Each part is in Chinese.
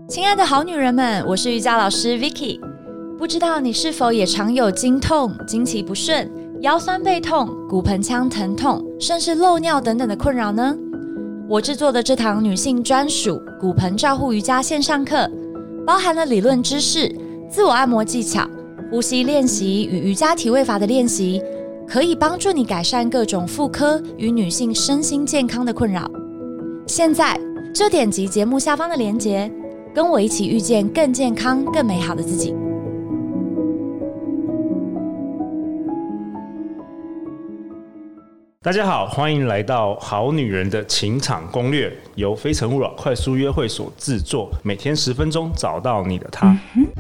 亲爱的好女人们，我是瑜伽老师 Vicky。不知道你是否也常有经痛、经期不顺、腰酸背痛、骨盆腔疼痛，甚至漏尿等等的困扰呢？我制作的这堂女性专属骨盆照护瑜伽线上课，包含了理论知识、自我按摩技巧、呼吸练习与瑜伽体位法的练习，可以帮助你改善各种妇科与女性身心健康的困扰。现在就点击节目下方的连结，跟我一起遇见更健康、更美好的自己。 大家好，欢迎来到《好女人的情场攻略》，由非诚勿扰快速约会所制作，每天10分钟，找到你的他。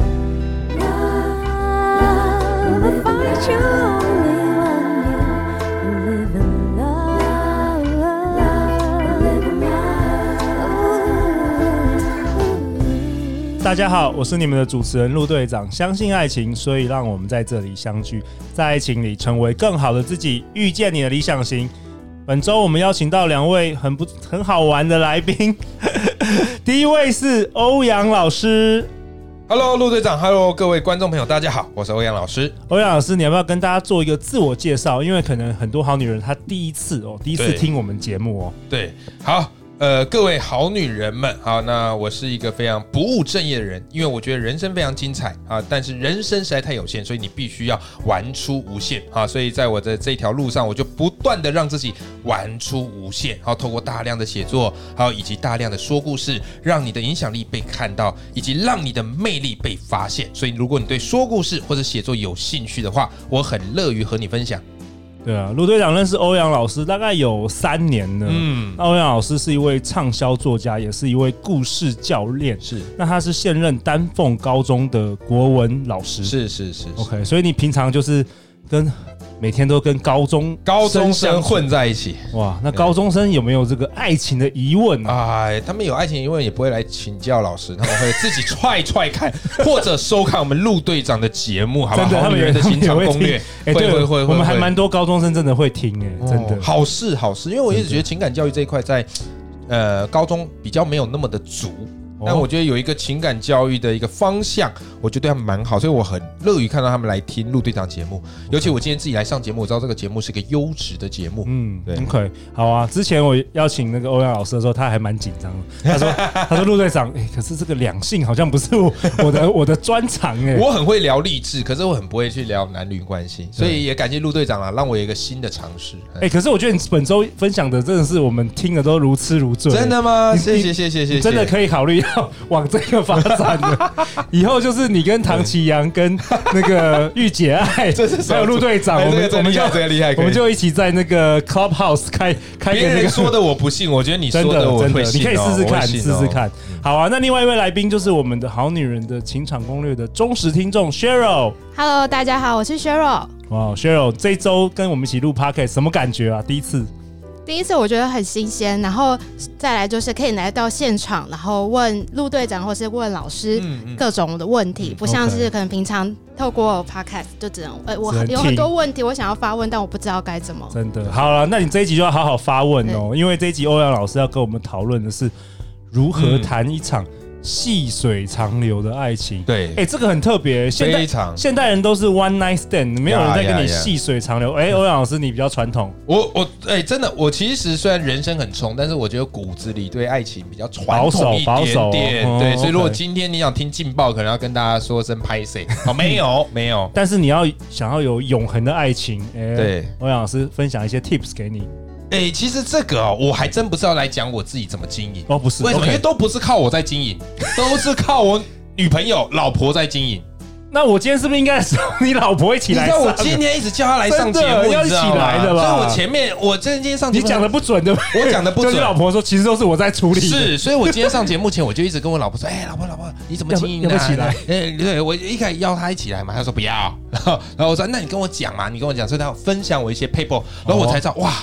大家好，我是你们的主持人陆队长。相信爱情，所以让我们在这里相聚，在爱情里成为更好的自己，遇见你的理想型。本周我们邀请到2位很好玩的来宾，第一位是欧阳老师。 Hello， 陆队长 ，Hello， 各位观众朋友，大家好，我是欧阳老师。 欧阳老师，你要不要跟大家做一个自我介绍？因为可能很多好女人她第一次听我们节目哦。 对，好。各位好女人们，好，那我是一个非常不务正业的人，因为我觉得人生非常精彩啊，但是人生实在太有限，所以你必须要玩出无限啊，所以在我的这条路上，我就不断的让自己玩出无限，好，透过大量的写作，还有以及大量的说故事，让你的影响力被看到，以及让你的魅力被发现。所以，如果你对说故事或者写作有兴趣的话，我很乐于和你分享。 对啊，陆队长认识欧阳老师大概有3年了。那欧阳老师是一位畅销作家，也是一位故事教练。是，那他是现任丹凤高中的国文老师。 是 OK， 所以你平常就是每天都跟高中生混在一起。 哇，那高中生有没有这个爱情的疑问啊？他们有爱情疑问也不会来请教老师，他们会自己踹看，或者收看我们陆队长的节目，好不好？好女人的情场攻略， 会，我们还蛮多高中生真的会听真的。 好事，因为我一直觉得情感教育这一块在高中比较没有那么的足。但我觉得有一个情感教育的一个方向，我觉得对他们蛮好，所以我很乐于看到他们来听陆队长节目。尤其我今天自己来上节目，我知道这个节目是个优质的节目。对 ，OK， 好啊。之前我邀请那个欧阳老师的时候，他还蛮紧张的。他说陆队长，可是这个两性好像不是我的专长我很会聊励志，可是我很不会去聊男女关系，所以也感谢陆队长让我有一个新的尝试。 可是我觉得你本周分享的真的是我们听的都如痴如醉。 真的吗？谢谢， 真的可以考虑往这个发展的，以后就是你跟唐綺阳跟那个御姐爱，还有陆队长，我们就一起在那个 Clubhouse 开别人说的我不信，我觉得你说的我会信， 你可以试试看。好啊，那另外一位来宾就是我们的好女人的情场攻略的忠实听众 Cheryl。Hello， 大家好，我是 Cheryl。 哇 ，Cheryl 这一周跟我们一起录 Podcast， 什么感觉啊？第一次我觉得很新鲜，然后再来就是可以来到现场，然后问陆队长或是问老师各种的问题，不像是可能平常透过 podcast 就只能我有很多问题我想要发问，但我不知道该怎么。 真的，好了，那你这一集就要好好发问哦，因为这一集欧阳老师要跟我们讨论的是如何谈一场细水长流的爱情。 对， 这个很特别，现代人都是 one night stand， 没有人在跟你细水长流。欧阳老师你比较传统。 真的，我其实虽然人生很冲，但是我觉得骨子里对爱情比较传统一点点。对，所以如果今天你想听劲爆，可能要跟大家说声拍谁。没有。 但是你想要有永恒的爱情，对，欧阳老师分享一些 tips 给你。 其实这个我还真不是要来讲我自己怎么经营不是， 为什么？因为都不是靠我在经营，都是靠我女朋友、老婆在经营。 那我今天是不是应该找你老婆一起来上？ 你知道我今天一直叫她来上节目， 要一起来的吧？ 所以我前面今天上节目， 你讲的不准的， 我讲的不准。 就你老婆说，其实都是我在处理。 是，所以我今天上节目前，我就一直跟我老婆说：“老婆，你怎么经营的？ 要不要起来？” 对，我一开始邀她一起来嘛，她说不要。然后我说：“那你跟我讲嘛，你跟我讲。”所以她分享我一些 paper， 然后我才知道哇。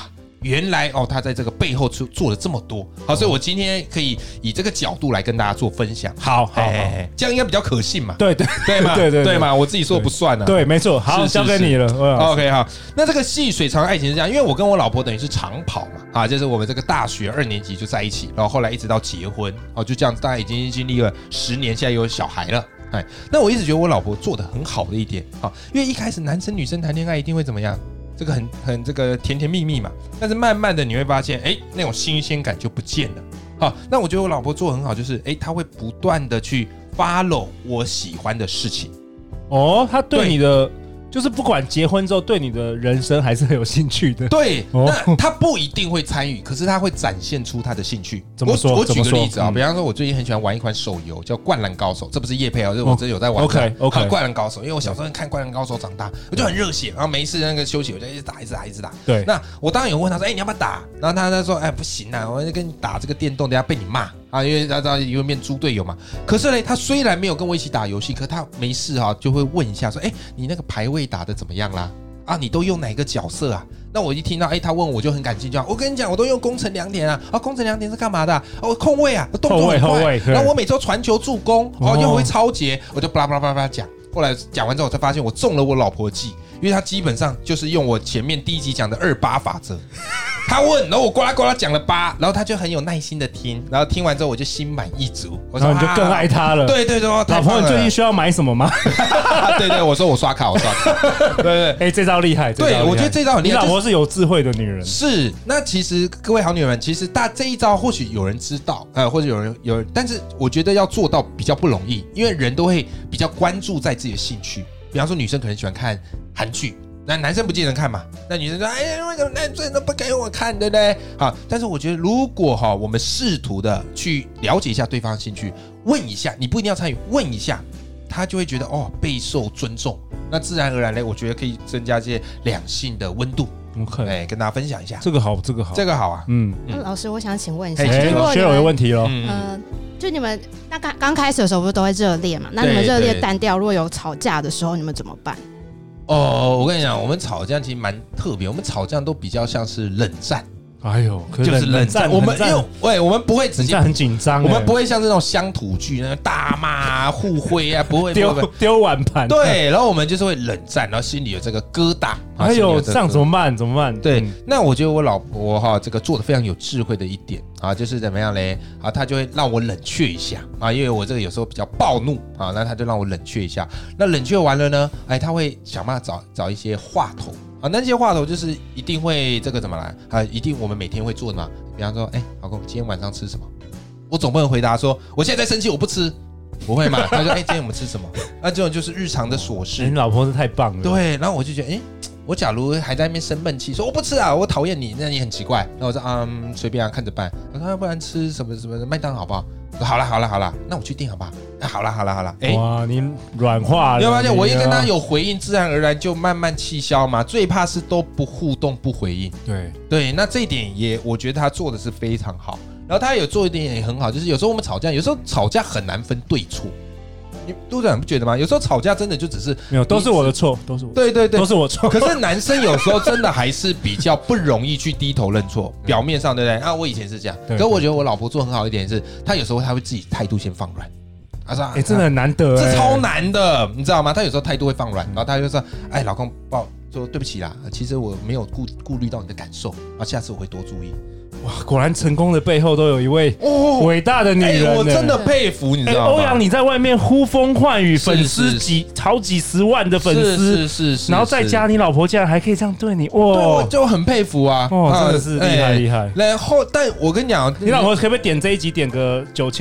原来他在这个背后做了这么多。好，所以我今天可以以这个角度来跟大家做分享。 好， 这样应该比较可信嘛？ 对嘛，对嘛，我自己说不算啊。 对，没错。好，交给你了。 OK， 好，那这个细水长爱情是这样，因为我跟我老婆等于是长跑嘛，就是我们这个大学2年级就在一起，然后后来一直到结婚，就这样子，大概已经经历了10年，现在有小孩了。那我一直觉得我老婆做得很好的一点，因为一开始男生女生谈恋爱一定会怎么样？这个很这个甜甜蜜蜜嘛，但是慢慢的你会发现，那种新鲜感就不见了。好，那我觉得我老婆做得很好，就是她会不断的去 follow 我喜欢的事情。 她对你的。就是不管结婚之后，对你的人生还是很有兴趣的。 对，那他不一定会参与，可是他会展现出他的兴趣。 怎么说？ 我举个例子比方说，我最近很喜欢玩一款手游，叫《灌篮高手》，这不是业配这我真有在玩。 OK， 灌篮高手，因为我小时候看《灌篮高手》长大，我就很热血，然后没事那个休息，我就一直打。 对， 那我当然有问他说，你要不要打？然后他说，不行啊，我跟你打这个电动，等下被你骂。因为他会变猪队友嘛。可是呢，他虽然没有跟我一起打游戏，可他没事就会问一下说，你那个排位打得怎么样啦？你都用哪个角色啊？那我一听到他问我就很感兴趣，我跟你讲，我都用攻城良田攻城良田是干嘛的？控卫动作很快。然后我每周传球助攻，又会超节，我就巴拉巴拉讲。后来讲完之后，我才发现我中了我老婆计，因为他基本上就是用我前面第1集讲的28法则。他问，然后我呱啦呱啦讲了8，然后他就很有耐心的听，然后听完之后我就心满意足， 然后你就更爱他了。 对， 老婆，你最近需要买什么吗？ 对，我说我刷卡。对， 这招厉害。 对，我觉得这招很厉害。 你老婆是有智慧的女人。 是，那其实各位好女人们，其实这一招或许有人知道，或者有人，但是我觉得要做到比较不容易，因为人都会比较关注在自己的兴趣。比方说女生可能喜欢看韩剧。那男生不见得看嘛，那女生说，为什么男生都不给我看，对不对？好，但是我觉得如果我们试图的去了解一下对方的兴趣，问一下，你不一定要参与，问一下，他就会觉得备受尊重，那自然而然呢，我觉得可以增加这些两性的温度。 OK， 跟大家分享一下， 这个好啊。 老师，我想请问一下， 学友有问题咯。 就你们那刚开始的时候不是都会热恋嘛？那你们热恋淡掉，如果有吵架的时候，你们怎么办？ 我跟你讲，我们吵架其实蛮特别，我们吵架都比较像是冷战。 就是冷战。 我们不会直接很紧张， 我们不会像这种乡土剧那大骂互挥不会丢碗盘。 对，然后我们就是会冷战，然后心里有这个疙瘩。 这样怎么办？ 对，那我觉得我老婆这个做的非常有智慧的一点就是怎么样嘞？她就会让我冷却一下因为我这个有时候比较暴怒那她就让我冷却一下。那冷却完了呢，她会想办法找一些话头。那些话头就是一定会这个怎么来一定我们每天会做的嘛。比方说，老公今天晚上吃什么？我总不能回答说我现在在生气，我不吃，不会嘛？他说今天我们吃什么？那这种就是日常的琐事。 你老婆是太棒了。 对，然后我就觉得我假如还在那边生闷气，说我不吃我讨厌你，那你很奇怪。然后我说随便看着办。我说不然吃什么麦当劳好不好？好了，那我去订好不好？好了。 哇，你软化了。 你有发现我一跟他有回应，自然而然就慢慢气消嘛。最怕是都不互动不回应。对，那这一点我觉得他做的是非常好。然后他有做一点也很好，就是有时候我们吵架，有时候吵架很难分对错。你督长不觉得吗？有时候吵架真的就只是没有，都是我的错，都是我。 对， 都是我错。 可是男生有时候真的还是比较不容易去低头认错，表面上对不对？我以前是这样，可是我觉得我老婆做很好一点是，她有时候她会自己态度先放软。她说真的很难得， 这超难的，你知道吗？她有时候态度会放软，然后她就说老公说对不起啦，其实我没有顾虑到你的感受，下次我会多注意。 哇，果然成功的背后都有一位伟大的女人。 我真的佩服，你知道吗？ 欧阳，你在外面呼风唤雨，粉丝好几十万的粉丝， 是， 然后在家你老婆竟然还可以这样对你，哇， 我就很佩服啊！ 真的是厉害。 然后，但我跟你讲， 你老婆可不可以点这一集点个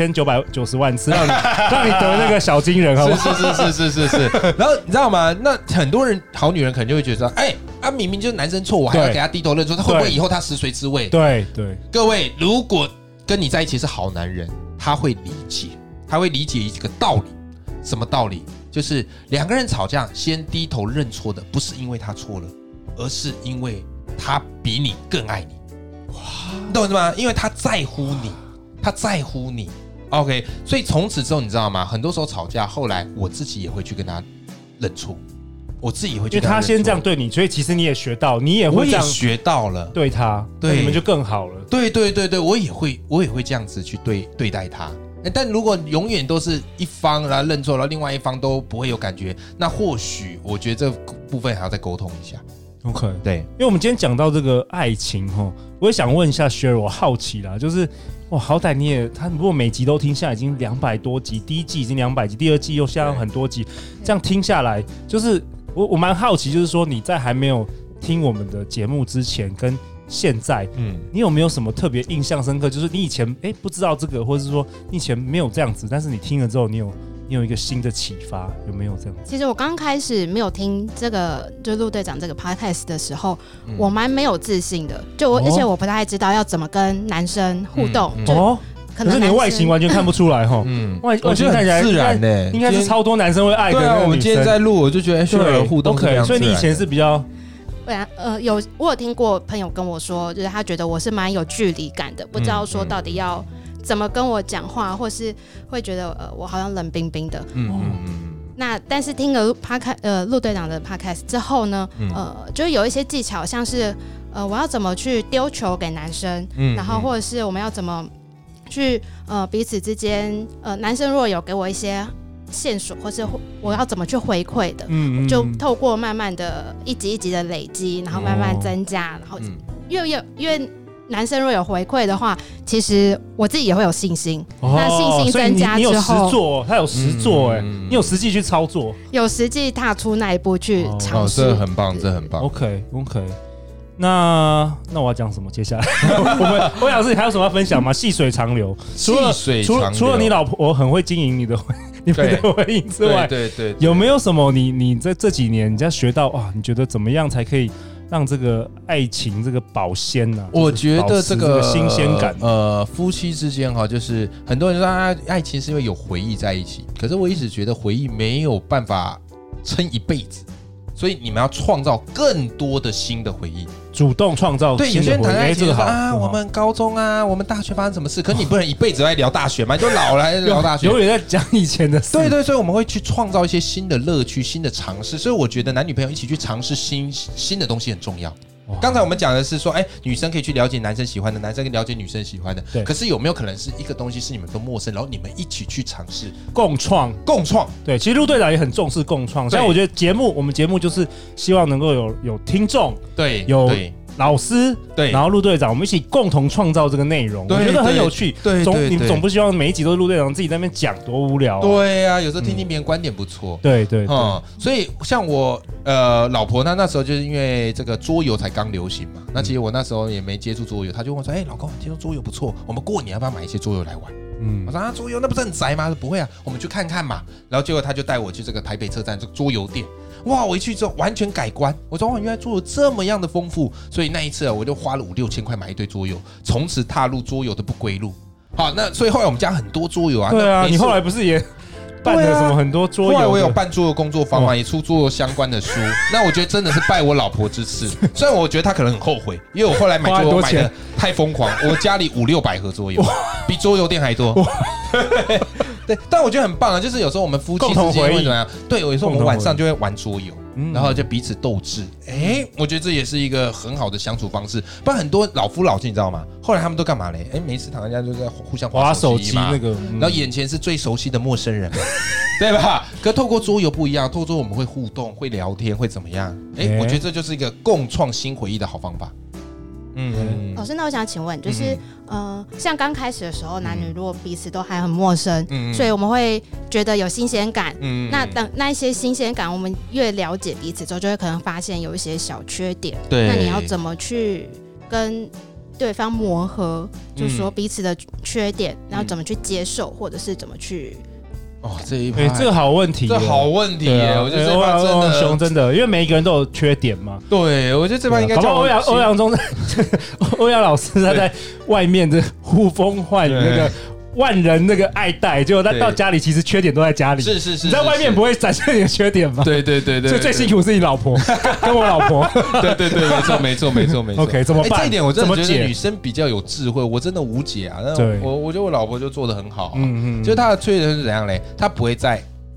9990万次，让你得那个小金人，好不好？ 是。然后你知道吗？那很多人好女人可能就会觉得，明明就是男生错，我还要给他低头认错，他会不会以后他食髓知味？ 对。 各位，如果跟你在一起是好男人，他会理解一个道理。什么道理？就是两个人吵架，先低头认错的，不是因为他错了，而是因为他比你更爱你。哇，你懂吗？因为他在乎你。OK， 所以从此之后，你知道吗？很多时候吵架，后来我自己也会去跟他认错。 我自己会去， 因为他先这样对你，所以其实你也学到，你也会这样学到了对他，对你们就更好了。 对，我也会这样子去对待他。但如果永远都是一方然后认错，然后另外一方都不会有感觉，那或许我觉得这部分还要再沟通一下。 OK， 对， 因为我们今天讲到这个爱情我也想问一下 Sherry， 我好奇啦，就是哇，好歹他如果每集都听下来已经200多集，第一季已经200集，第二季又下了很多集，这样听下来，就是我蛮好奇，就是说你在还没有听我们的节目之前跟现在，你有没有什么特别印象深刻？就是你以前不知道这个，或者是说你以前没有这样子，但是你听了之后，你有一个新的启发，有没有这样？ 其实我刚开始没有听这个就陆队长这个 podcast 的时候，我蛮没有自信的，而且我不太知道要怎么跟男生互动。 可是你的外形完全看不出来外形看起来自然的， 应该是超多男生会爱的。 对啊，我们今天在录，我就觉得对互动 OK， 所以你以前是比较。 我有听过朋友跟我说，就是他觉得我是蛮有距离感的，不知道说到底要怎么跟我讲话，或是会觉得我好像冷冰冰的。那但是听了陆队长的 podcast 之后呢，就有一些技巧，像是我要怎么去丢球给男生，然后或者是我们要怎么去彼此之间，男生如果有给我一些线索，或是我要怎么去回馈的，就透过慢慢的一集一集的累积，然后慢慢增加，然后因为男生若有回馈的话，其实我自己也会有信心。那信心增加之后， 你有实做，他有实做，你有实际去操作， 有实际踏出那一步去尝试， 这很棒，这很棒。 OK， 那我要讲什么？接下来我想是你还有什么要分享吗？细水长流，除了你老婆很会经营你们的婚姻之外， 对， 有没有什么你在这几年你在学到你觉得怎么样才可以让这个爱情这个保鲜呢？ 我觉得这个新鲜感， 夫妻之间就是很多人说爱情是因为有回忆在一起，可是我一直觉得回忆没有办法撑一辈子。所以你们要创造更多的新的回忆， 主动创造新的回忆。对， 有些人谈爱情就说我们高中我们大学发生什么事，可是你不能一辈子都在聊大学嘛，你就老来聊大学， 永远在讲以前的事。 对，所以我们会去创造一些新的乐趣、新的尝试。所以我觉得男女朋友一起去尝试新的东西很重要。刚才我们讲的是说，女生可以去了解男生喜欢的，男生可以了解女生喜欢的。可是有没有可能是一个东西是你们都陌生，然后你们一起去尝试共创？对，其实陆队长也很重视共创。像我觉得我们节目就是希望能够有听众， 对， 有老师， 对， 然后陆队长，我们一起共同创造这个内容，我觉得很有趣。 对， 你总不希望每一集都是陆队长自己在那边讲，多无聊。 对啊，有时候听听别人观点不错。 对， 所以像我老婆那时候就是因为这个桌游才刚流行嘛，那其实我那时候也没接触桌游，她就问我说：“老公，听说桌游不错，我们过年要不要买一些桌游来玩？”我说桌游那不是很宅吗？不会啊，我们去看看嘛。然后结果他就带我去这个台北车站这个桌游店。哇！我一去之后完全改观，我说原来桌游这么样的丰富，所以那一次我就花了5-6千块买一堆桌游，从此踏入桌游的不归路。好，那所以后来我们家很多桌游啊。 对啊，你后来不是也办了什么很多桌游？ 后来我有办桌游工作坊嘛，也出桌游相关的书。那我觉得真的是拜我老婆之赐，虽然我觉得她可能很后悔，因为我后来买桌游买的太疯狂，我家里500-600盒桌游，比桌游店还多。对，但我觉得很棒啊，就是有时候我们夫妻之间会怎么样？对，有时候我们晚上就会玩桌游，然后就彼此斗智。我觉得这也是一个很好的相处方式。不然很多老夫老妻你知道吗？后来他们都干嘛嘞？没事躺在家就在互相滑手机嘛，然后眼前是最熟悉的陌生人，对吧？可透过桌游不一样，透过桌游我们会互动、会聊天、会怎么样？我觉得这就是一个共创新回忆的好方法。 老师，那我想请问，就是像刚开始的时候，男女如果彼此都还很陌生，所以我们会觉得有新鲜感。那等那一些新鲜感，我们越了解彼此之后，就会可能发现有一些小缺点。 对， 那你要怎么去跟对方磨合？就是说彼此的缺点，然后怎么去接受，或者是怎么去。 这一趴这个好问题， 这好问题耶！我觉得这趴真的熊真的，因为每一个人都有缺点嘛。 对，我觉得这趴应该叫欧阳老师他在外面的呼风唤雨那个万人那个爱戴，结果他到家里其实缺点都在家里。 是， 你在外面不会展现你的缺点吗？ 对， 所以最辛苦是你老婆跟我老婆。 对，没错。 OK， 怎么办？ 这一点我真的觉得女生比较有智慧，我真的无解啊。我觉得我老婆就做得很好啊。就她的缺点是怎样嘞？她不会在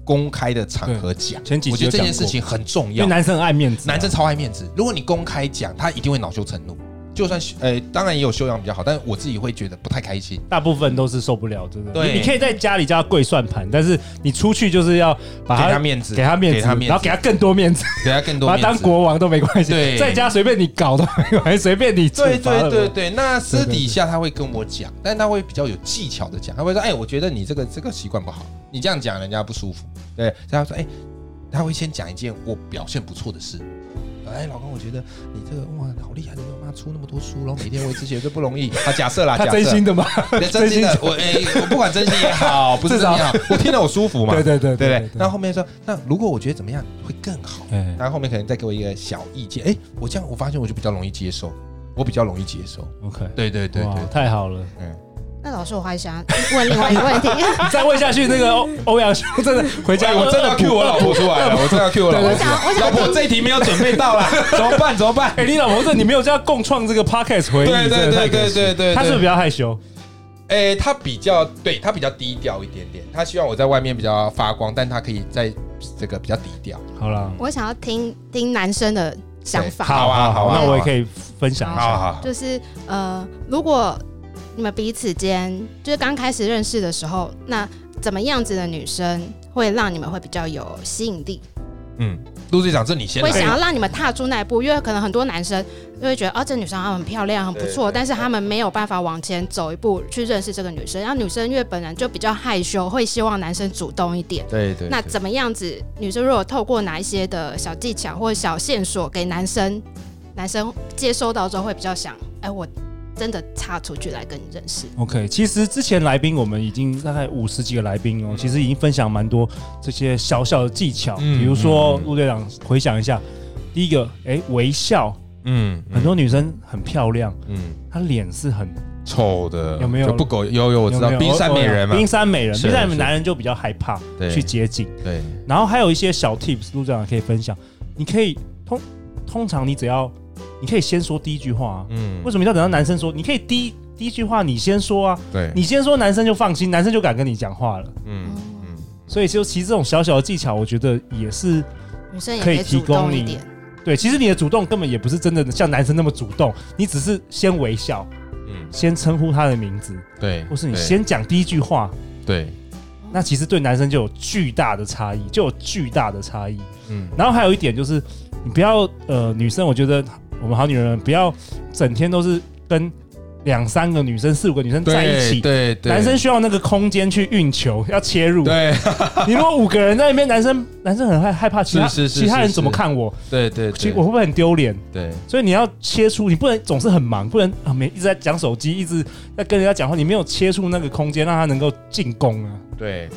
公开的场合讲。我觉得这件事情很重要， 因为男生很爱面子， 男生超爱面子。如果你公开讲，他一定会恼羞成怒。就算当然也有修养比较好，但是我自己会觉得不太开心。 大部分都是受不了，真的。 对， 你可以在家里叫他跪算盘，但是你出去就是要把他给他面子， 然后给他更多面子， 给他更多面子， 把他当国王都没关系。 对， 在家随便你搞都没关系，随便你处罚。 对。那私底下他会跟我讲，但他会比较有技巧的讲，他会说：“我觉得你这个习惯不好，你这样讲人家不舒服。”对，他说：“他会先讲一件我表现不错的事。”老公，我觉得你这个哇好厉害的，妈出那么多书，然后每天为之写，这不容易。假设啦， 他真心的吗？ 真心的，我不管真心也好，不是真心也好，我听了我舒服嘛。对。那后面说，那如果我觉得怎么样会更好，然后后面可能再给我一个小意见。我这样我发现我就比较容易接受，OK， 对， 太好了。 那老师，我还想问另外一个问题。 你再问下去，那个欧阳兄真的回家， 我真的 cue 我老婆出来了，我真的要 cue 我老婆。老婆这一题没有准备到啦，怎么办？ 你老婆你没有叫她共创这个 podcast 回忆，对，她是不是比较害羞？ 她比较低调一点点，她希望我在外面比较发光，但她可以在这个比较低调。 好了， 我想要听男生的想法。 好啊， 那我也可以分享一下。 就是如果你们彼此间就是刚开始认识的时候，那怎么样子的女生会让你们会比较有吸引力？ 陆队长，这你先来。 会想要让你们踏出那一步，因为可能很多男生就会觉得这女生很漂亮很不错，但是他们没有办法往前走一步去认识这个女生。然后女生因为本来就比较害羞，会希望男生主动一点。 对。 那怎么样子？女生如果透过哪一些的小技巧或者小线索给男生接收到之后，会比较想，我真的插出去来跟你认识。 OK， 其实之前来宾我们已经大概50几个来宾其实已经分享蛮多这些小小的技巧，比如说陆队长回想一下，第一个微笑，很多女生很漂亮，她脸是很丑的， 有没有？ 不狗有我知道，冰山美人嘛， 冰山美人男人就比较害怕去接近。 对， 然后还有一些小 tips， 陆队长可以分享。你可以通常你可以先说第一句话为什么要等到男生说？你可以第一句话你先说啊， 对， 你先说，男生就放心，男生就敢跟你讲话了。所以其实这种小小的技巧，我觉得也是女生也可以提供你。 对，其实你的主动根本也不是真的像男生那么主动，你只是先微笑，先称呼他的名字， 对， 或是你先讲第一句话， 对。 那其实对男生就有巨大的差异，然后还有一点就是，你不要女生，我觉得我们好女人不要整天都是跟2、3个女生、4、5个女生在一起， 对， 男生需要那个空间去运球，要切入。 对， 你如果5个人在那边，男生很害怕其他人怎么看我？ 对， 我会不会很丢脸？ 对， 所以你要切出，你不能总是很忙，不能一直在讲手机，一直在跟人家讲话，你没有切出那个空间，让他能够进攻啊。 对，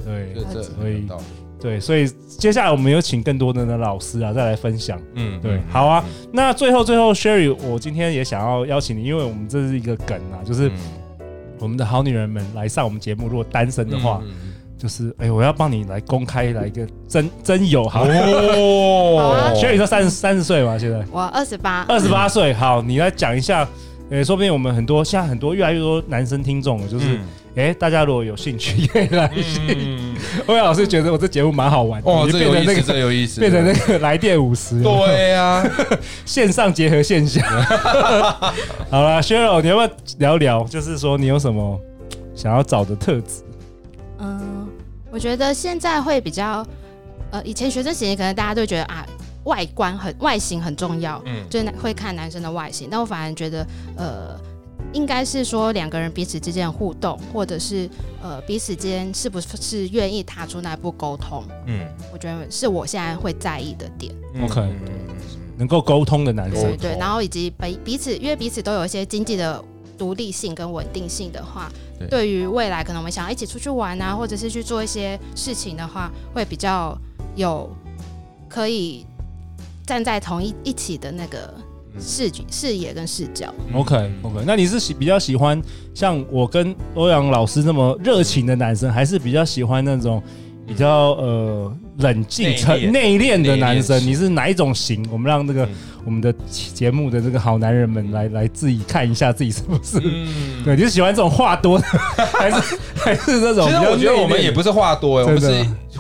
所以接下来我们有请更多的老师再来分享。对，好啊。那最后 Sherry， 我今天也想要邀请你，因为我们这是一个梗就是我们的好女人们来上我们节目，如果单身的话，就是我要帮你来公开来一个真友。好，Sherry 说30岁嘛，现在我28 岁。好，你来讲一下。说不定我们现在很多越来越多男生听众，就是大家如果有兴趣可以来信。欧阳老师觉得我这节目蛮好玩的， 这有意思， 变成那个来电50。 对呀， 线上结合线下。好了 ，Cheryl， 你要不要聊聊？就是说你有什么想要找的特质？ 我觉得现在会比较以前学生时期可能大家都觉得外形很重要，就是会看男生的外形，但我反而觉得应该是说2个人彼此之间的互动，或者是彼此间是不是愿意踏出那一步沟通，我觉得是我现在会在意的点。 OK，能够沟通的男生， 对，然后以及彼此，因为彼此都有一些经济的独立性跟稳定性的话，对于未来可能我们想要一起出去玩啊，或者是去做一些事情的话，会比较有可以站在同一起的那个视野跟视角。 OK， 那你是比较喜欢像我跟欧阳老师那么热情的男生，还是比较喜欢那种比较冷静内敛的男生？你是哪一种型？我们让这个我们的节目的这个好男人们来自己看一下自己是不是？对，你是喜欢这种话多的，还是这种？ 其实我觉得我们也不是话多，我们是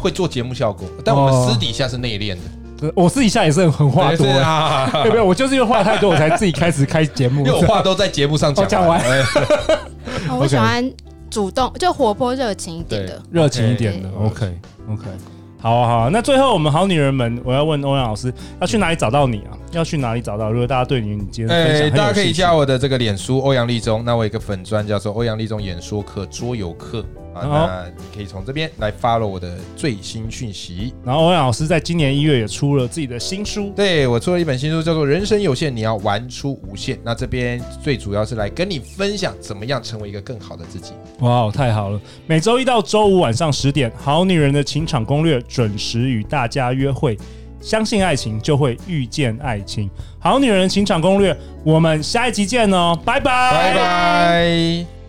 会做节目效果，但我们私底下是内敛的。 我私底下也是很话多啊， 对不对？我就是因为话太多，我才自己开始开节目。 因为我话都在节目上讲完。 我喜欢主动，就活泼热情一点的， 热情一点的。OK， 好啊。那最后我们好女人们，我要问欧阳老师，要去哪里找到你啊？要去哪里找到？如果大家对你今天分享很有兴趣， 大家可以加我的这个脸书欧阳立中，那我有一个粉专叫做欧阳立中演说课桌游课。那你可以从这边来 follow 我的最新讯息。 然后欧阳老师在今年1月也出了自己的新书， 对，我出了一本新书叫做《人生有限，你要玩出无限》。那这边最主要是来跟你分享怎么样成为一个更好的自己。 哇，太好了！每周1到周5晚上10点，好女人的情场攻略准时与大家约会。相信爱情，就会遇见爱情。好女人情场攻略，我们下一集见哦，拜拜， 拜拜。